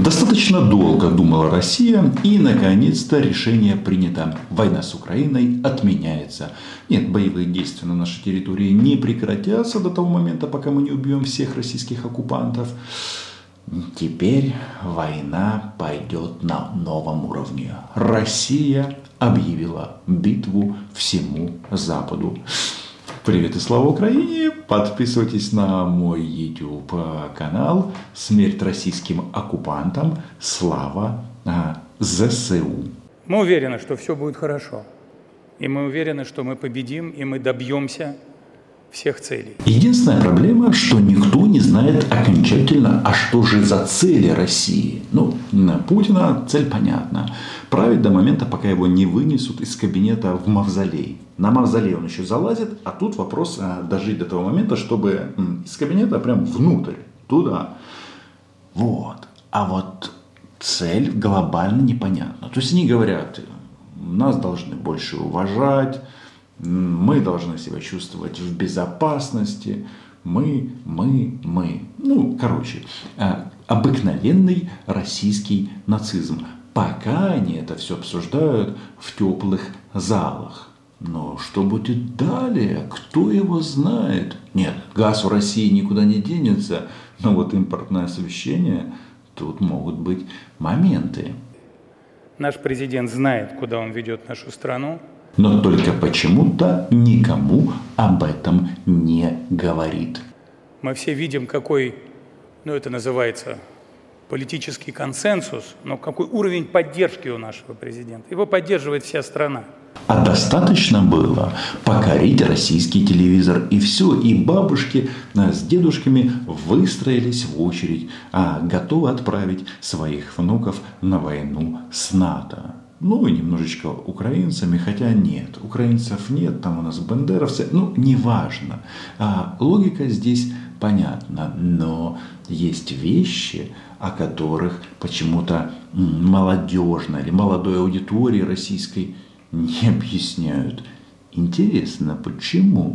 Достаточно долго думала Россия, и наконец-то решение принято. Война с Украиной отменяется. Нет, боевые действия на нашей территории не прекратятся до того момента, пока мы не убьем всех российских оккупантов. Теперь война пойдет на новом уровне. Россия объявила битву всему Западу. Привет и слава Украине! Подписывайтесь на мой YouTube канал. Смерть российским оккупантам. Слава ЗСУ. Мы уверены, что все будет хорошо. И мы уверены, что мы победим, и мы добьемся всех целей. Единственная проблема, что никто не знает окончательно, а что же за цели России. На Путина цель понятна. Править до момента, пока его не вынесут из кабинета в мавзолей. На мавзолей он еще залазит, а тут вопрос дожить до того момента, чтобы из кабинета прям внутрь, туда. А вот цель глобально непонятна. То есть они говорят, нас должны больше уважать, мы должны себя чувствовать в безопасности. Обыкновенный российский нацизм. Пока они это все обсуждают в теплых залах. Но что будет далее? Кто его знает? Нет, газ в России никуда не денется. Но вот импортное освещение, тут могут быть моменты. Наш президент знает, куда он ведет нашу страну. Но только почему-то никому об этом не говорит. Мы все видим, какой, это называется политический консенсус, но какой уровень поддержки у нашего президента. Его поддерживает вся страна. А достаточно было покорить российский телевизор, и все, и бабушки с дедушками выстроились в очередь, готовы отправить своих внуков на войну с НАТО. И немножечко украинцами, хотя нет, украинцев нет, там у нас бандеровцы, неважно. Логика здесь понятна, но есть вещи, о которых почему-то молодежно или молодой аудитории российской не объясняют. Интересно, почему?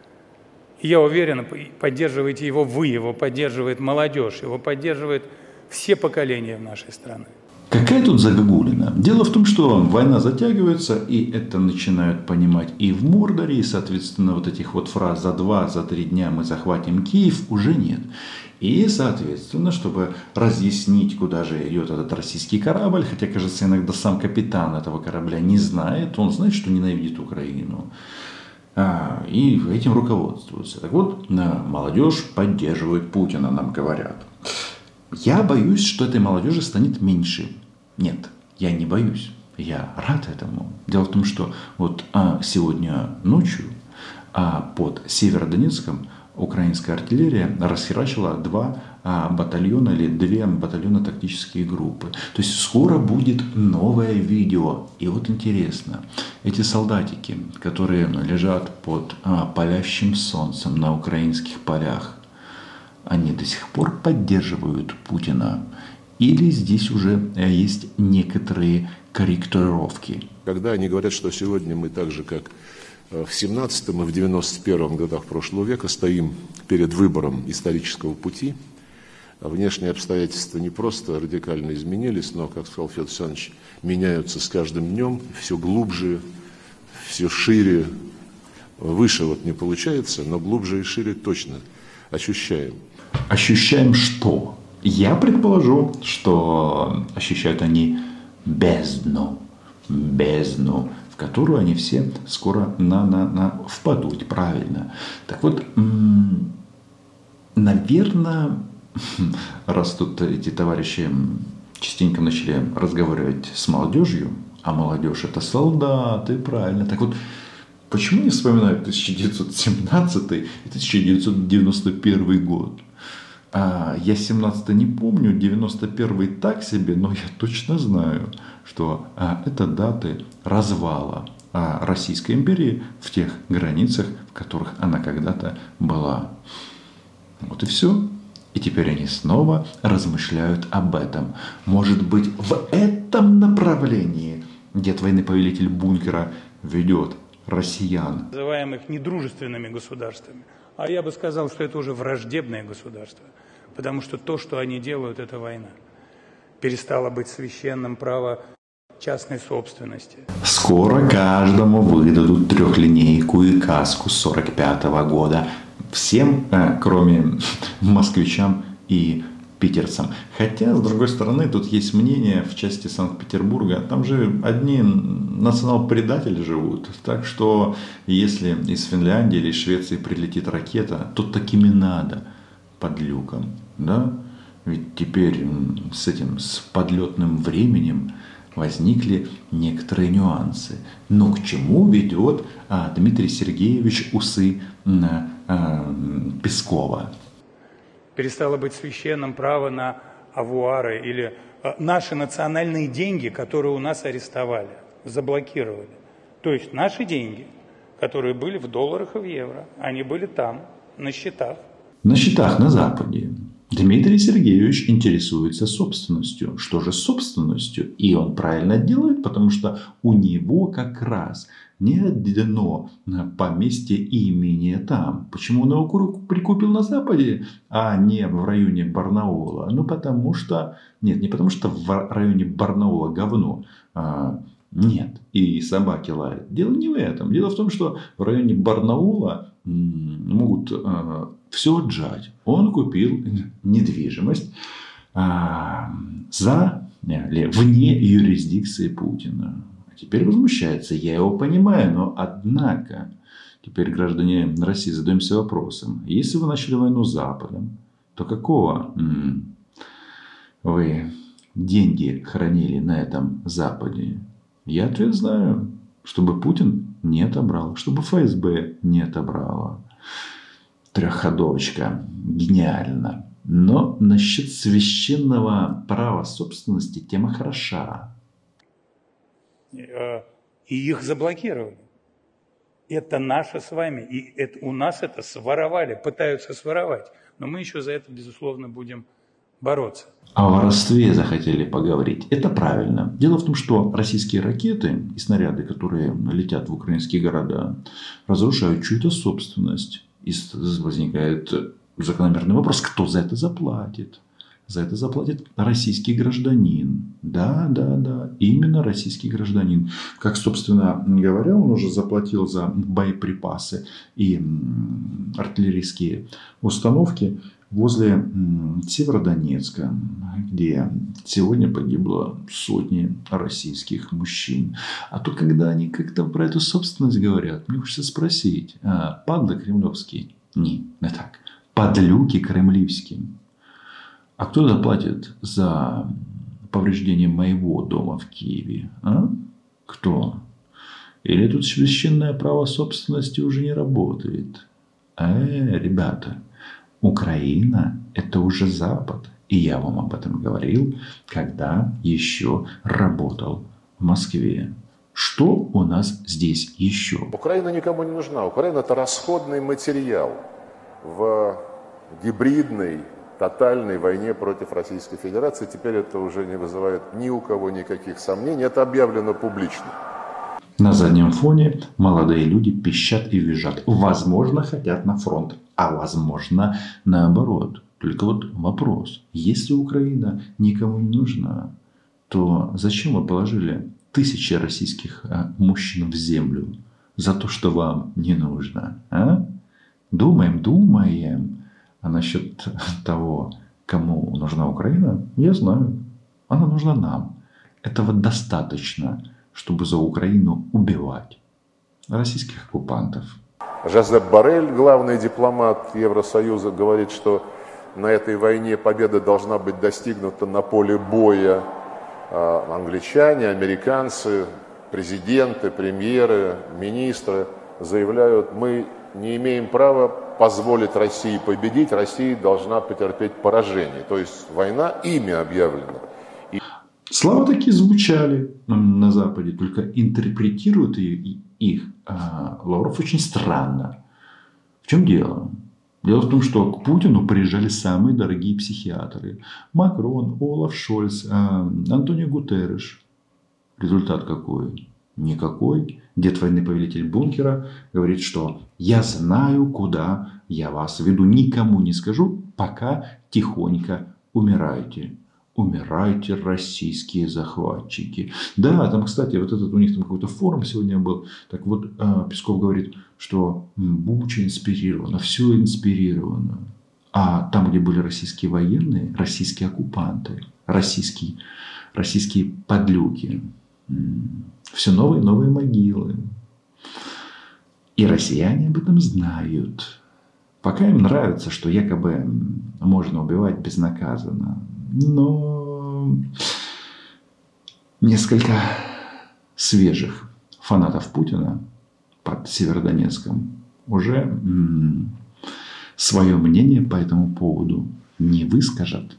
Я уверен, поддерживаете его вы, его поддерживает молодежь, его поддерживают все поколения нашей страны. Какая тут загогулина? Дело в том, что война затягивается, и это начинают понимать и в Мордоре, и, соответственно, вот этих вот фраз «за 2-3 дня мы захватим Киев» уже нет. И, соответственно, чтобы разъяснить, куда же идет этот российский корабль, хотя, кажется, иногда сам капитан этого корабля не знает, он знает, что ненавидит Украину. И этим руководствуется. Так вот, молодежь поддерживает Путина, нам говорят. Я боюсь, что этой молодежи станет меньше. Нет, я не боюсь. Я рад этому. Дело в том, что сегодня ночью под Северодонецком украинская артиллерия расхерачила 2 батальона или 2 батальонно-тактические группы. То есть скоро будет новое видео. И вот интересно, эти солдатики, которые лежат под палящим солнцем на украинских полях, они до сих пор поддерживают Путина? Или здесь уже есть некоторые корректировки? Когда они говорят, что сегодня мы так же, как в 17-м и в 91-м годах прошлого века стоим перед выбором исторического пути, внешние обстоятельства не просто радикально изменились, но, как сказал Федор Александрович, меняются с каждым днем, все глубже, все шире. Выше не получается, но глубже и шире точно ощущаем. Ощущаем что? Я предположу, что ощущают они бездну, в которую они все скоро впадут, правильно. Так вот, наверное, раз тут эти товарищи частенько начали разговаривать с молодежью, а молодежь это солдаты, правильно. Так вот, почему не вспоминают 1917 и 1991 год? Я 17-й не помню, 91-й так себе, но я точно знаю, что это даты развала Российской империи в тех границах, в которых она когда-то была. Вот и все. И теперь они снова размышляют об этом. Может быть, в этом направлении дед военный повелитель бункера ведет россиян, называемых недружественными государствами. А я бы сказал, что это уже враждебное государство. Потому что то, что они делают, это война. Перестало быть священным право частной собственности. Скоро каждому выдадут трехлинейку и каску 45-го года. Всем, кроме москвичам и питерцам. Хотя, с другой стороны, тут есть мнение в части Санкт-Петербурга, там же одни национал-предатели живут. Так что, если из Финляндии или из Швеции прилетит ракета, то такими надо под люком. Да? Ведь теперь с подлетным временем возникли некоторые нюансы. Но к чему ведет Дмитрий Сергеевич усы Пескова? Перестало быть священным право на авуары или наши национальные деньги, которые у нас арестовали, заблокировали. То есть наши деньги, которые были в долларах и в евро, они были там, на счетах. На счетах на Западе. Дмитрий Сергеевич интересуется собственностью. Что же с собственностью? И он правильно делает, потому что у него как раз не отдано поместье и имение там. Почему он его прикупил на Западе, а не в районе Барнаула? Ну, потому что... Нет, не потому что в районе Барнаула говно. Нет, и собаки лают. Дело не в этом. Дело в том, что в районе Барнаула могут все отжать. Он купил недвижимость вне юрисдикции Путина. А теперь возмущается. Я его понимаю, но однако теперь граждане России задаемся вопросом. Если вы начали войну с Западом, то какого вы деньги хранили на этом Западе? Я ответ знаю. Чтобы Путин не отобрал. Чтобы ФСБ не отобрало. Трехходовочка. Гениально. Но насчет священного права собственности тема хороша. И их заблокировали. Это наше с вами. И у нас это своровали, пытаются своровать. Но мы еще за это, безусловно, будем бороться. О воровстве захотели поговорить. Это правильно. Дело в том, что российские ракеты и снаряды, которые летят в украинские города, разрушают чью-то собственность. И возникает закономерный вопрос, кто за это заплатит? За это заплатит российский гражданин. Да, именно российский гражданин. Как, собственно говоря, он уже заплатил за боеприпасы и артиллерийские установки возле Северодонецка, где сегодня погибло сотни российских мужчин. А то, когда они как-то про эту собственность говорят, мне хочется спросить, падлы кремлевские? Не так. Подлюки кремлевские. А кто заплатит за повреждение моего дома в Киеве? Кто? Или тут священное право собственности уже не работает? Ребята, Украина – это уже Запад. И я вам об этом говорил, когда еще работал в Москве. Что у нас здесь еще? Украина никому не нужна. Украина – это расходный материал в гибридной, тотальной войне против Российской Федерации. Теперь это уже не вызывает ни у кого никаких сомнений. Это объявлено публично. На заднем фоне молодые люди пищат и визжат. Возможно, хотят на фронт, а возможно, наоборот. Только вот вопрос. Если Украина никому не нужна, то зачем вы положили тысячи российских мужчин в землю за то, что вам не нужно? Думаем. А насчет того, кому нужна Украина, я знаю. Она нужна нам. Этого достаточно, чтобы за Украину убивать российских оккупантов. Жозеп Боррель, главный дипломат Евросоюза, говорит, что на этой войне победа должна быть достигнута на поле боя. Англичане, американцы, президенты, премьеры, министры заявляют, мы не имеем права позволить России победить, Россия должна потерпеть поражение. То есть война ими объявлена. Слова такие звучали на Западе, только интерпретируют их Лавров очень странно. В чем дело? Дело в том, что к Путину приезжали самые дорогие психиатры. Макрон, Олаф Шольц, Антонио Гутерреш. Результат какой? Никакой. Дед войны, повелитель бункера, говорит, что я знаю, куда я вас веду. Никому не скажу, пока тихонько умираете. умирайте, российские захватчики. Да, там, кстати, вот этот у них там какой-то форум сегодня был. Так вот, Песков говорит, что Буча инспирирована, все инспирировано. А там, где были российские военные, российские оккупанты, российские подлюки, все новые и новые могилы. И россияне об этом знают. Пока им нравится, что якобы можно убивать безнаказанно. Но несколько свежих фанатов Путина под Северодонецком уже свое мнение по этому поводу не выскажут.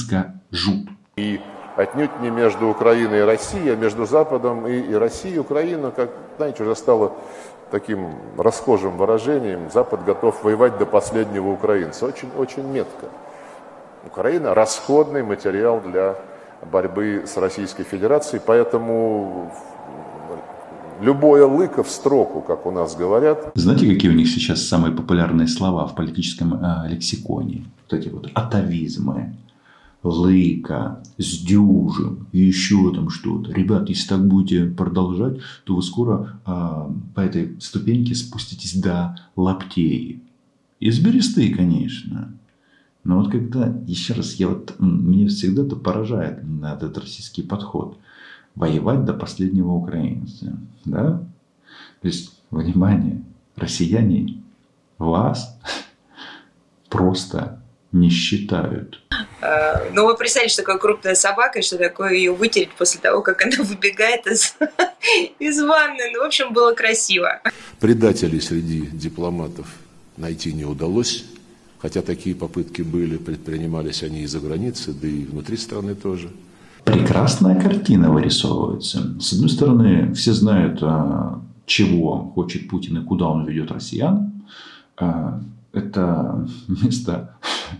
И отнюдь не между Украиной и Россией, а между Западом и Россией. Украина, как, знаете, уже стала таким расхожим выражением: Запад готов воевать до последнего украинца. Очень, очень метко. Украина – расходный материал для борьбы с Российской Федерацией, поэтому любое лыко в строку, как у нас говорят. Знаете, какие у них сейчас самые популярные слова в политическом лексиконе? Вот эти вот атавизмы. Лыка, сдюжим и еще там что-то. Ребят, если так будете продолжать, то вы скоро по этой ступеньке спуститесь до лаптей. Из бересты, конечно. Но вот когда, еще раз, меня всегда это поражает этот российский подход. Воевать до последнего украинца. Да? То есть, внимание, россияне вас просто не считают. Ну, вы представляете, что такое крупная собака, и что такое ее вытереть после того, как она выбегает из ванны. Ну, в общем, было красиво. Предателей среди дипломатов найти не удалось, хотя такие попытки были, предпринимались они и за границей, да и внутри страны тоже. Прекрасная картина вырисовывается. С одной стороны, все знают, чего хочет Путин и куда он ведет россиян. Это место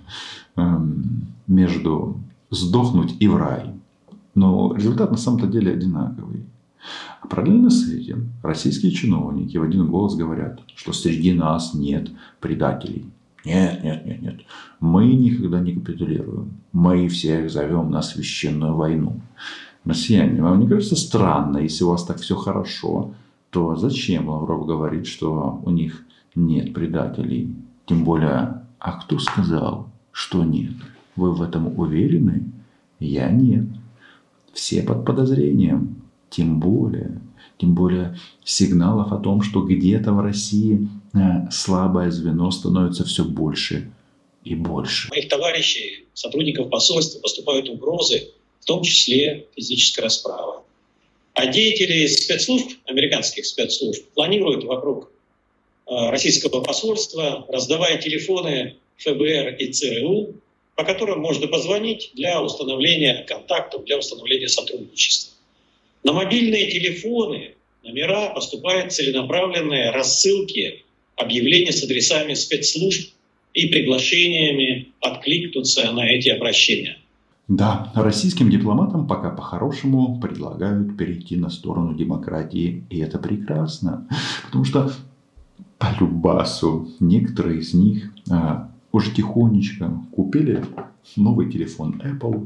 между сдохнуть и в рай. Но результат на самом-то деле одинаковый. А параллельно с этим российские чиновники в один голос говорят, что среди нас нет предателей. Нет. Мы никогда не капитулируем. Мы всех зовем на священную войну. Россияне, вам не кажется странно, если у вас так все хорошо, то зачем Лавров говорит, что у них нет предателей? Тем более, а кто сказал, что нет? Вы в этом уверены? Я нет. Все под подозрением. Тем более сигналов о том, что где-то в России слабое звено становится все больше и больше. Моих товарищей, сотрудников посольства, поступают угрозы, в том числе физической расправы. А деятели спецслужб, американских спецслужб, планируют вокруг российского посольства, раздавая телефоны ФБР и ЦРУ, по которым можно позвонить для установления контактов, для установления сотрудничества. На мобильные телефоны, номера поступают целенаправленные рассылки, объявления с адресами спецслужб и приглашениями откликнуться на эти обращения. Да, российским дипломатам пока по-хорошему предлагают перейти на сторону демократии, и это прекрасно, потому что по любасу некоторые из них уже тихонечко купили новый телефон Apple,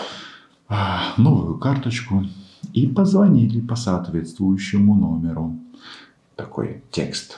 новую карточку и позвонили по соответствующему номеру. Такой текст.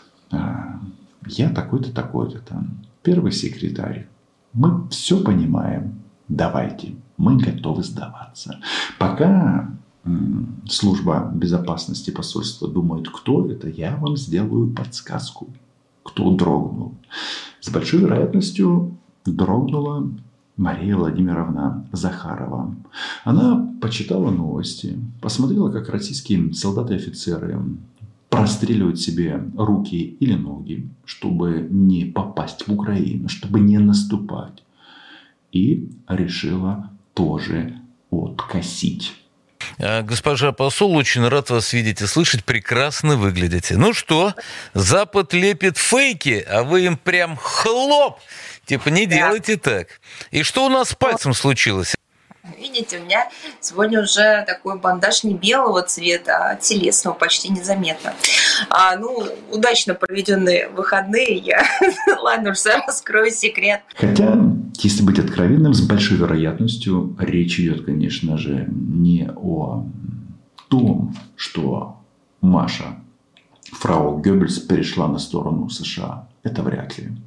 Я такой-то, такой-то там. Первый секретарь. Мы все понимаем. Давайте. Мы готовы сдаваться. Пока служба безопасности посольства думает, кто это, я вам сделаю подсказку. Кто дрогнул. С большой вероятностью дрогнула Мария Владимировна Захарова. Она почитала новости, посмотрела, как российские солдаты и офицеры простреливают себе руки или ноги, чтобы не попасть в Украину, чтобы не наступать. И решила тоже откосить. Госпожа посол, очень рад вас видеть и слышать. Прекрасно выглядите. Ну что, Запад лепит фейки, а вы им прям хлоп. Типа не делайте так. И что у нас с пальцем случилось? Видите, у меня сегодня уже такой бандаж не белого цвета, а телесного, почти незаметно. Удачно проведенные выходные, ладно, уж раскрою секрет. Хотя, если быть откровенным, с большой вероятностью речь идет, конечно же, не о том, что Маша, фрау Геббельс, перешла на сторону США. Это вряд ли.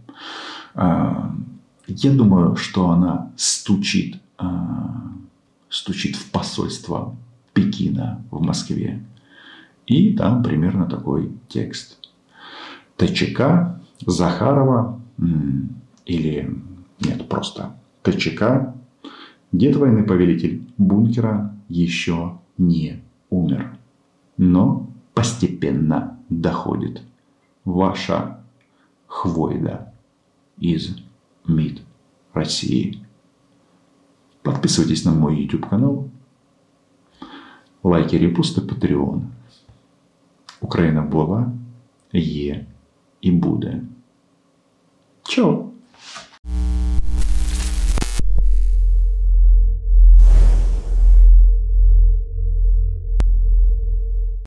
Я думаю, что она стучит в посольство Пекина в Москве. И там примерно такой текст. ТЧК Захарова или нет, просто ТЧК, дед войны, повелитель бункера, еще не умер. Но постепенно доходит. Ваша Хвойда из МИД России. Подписывайтесь на мой YouTube канал. Лайки, репости, Patreon. Україна була, є і буде. Чао!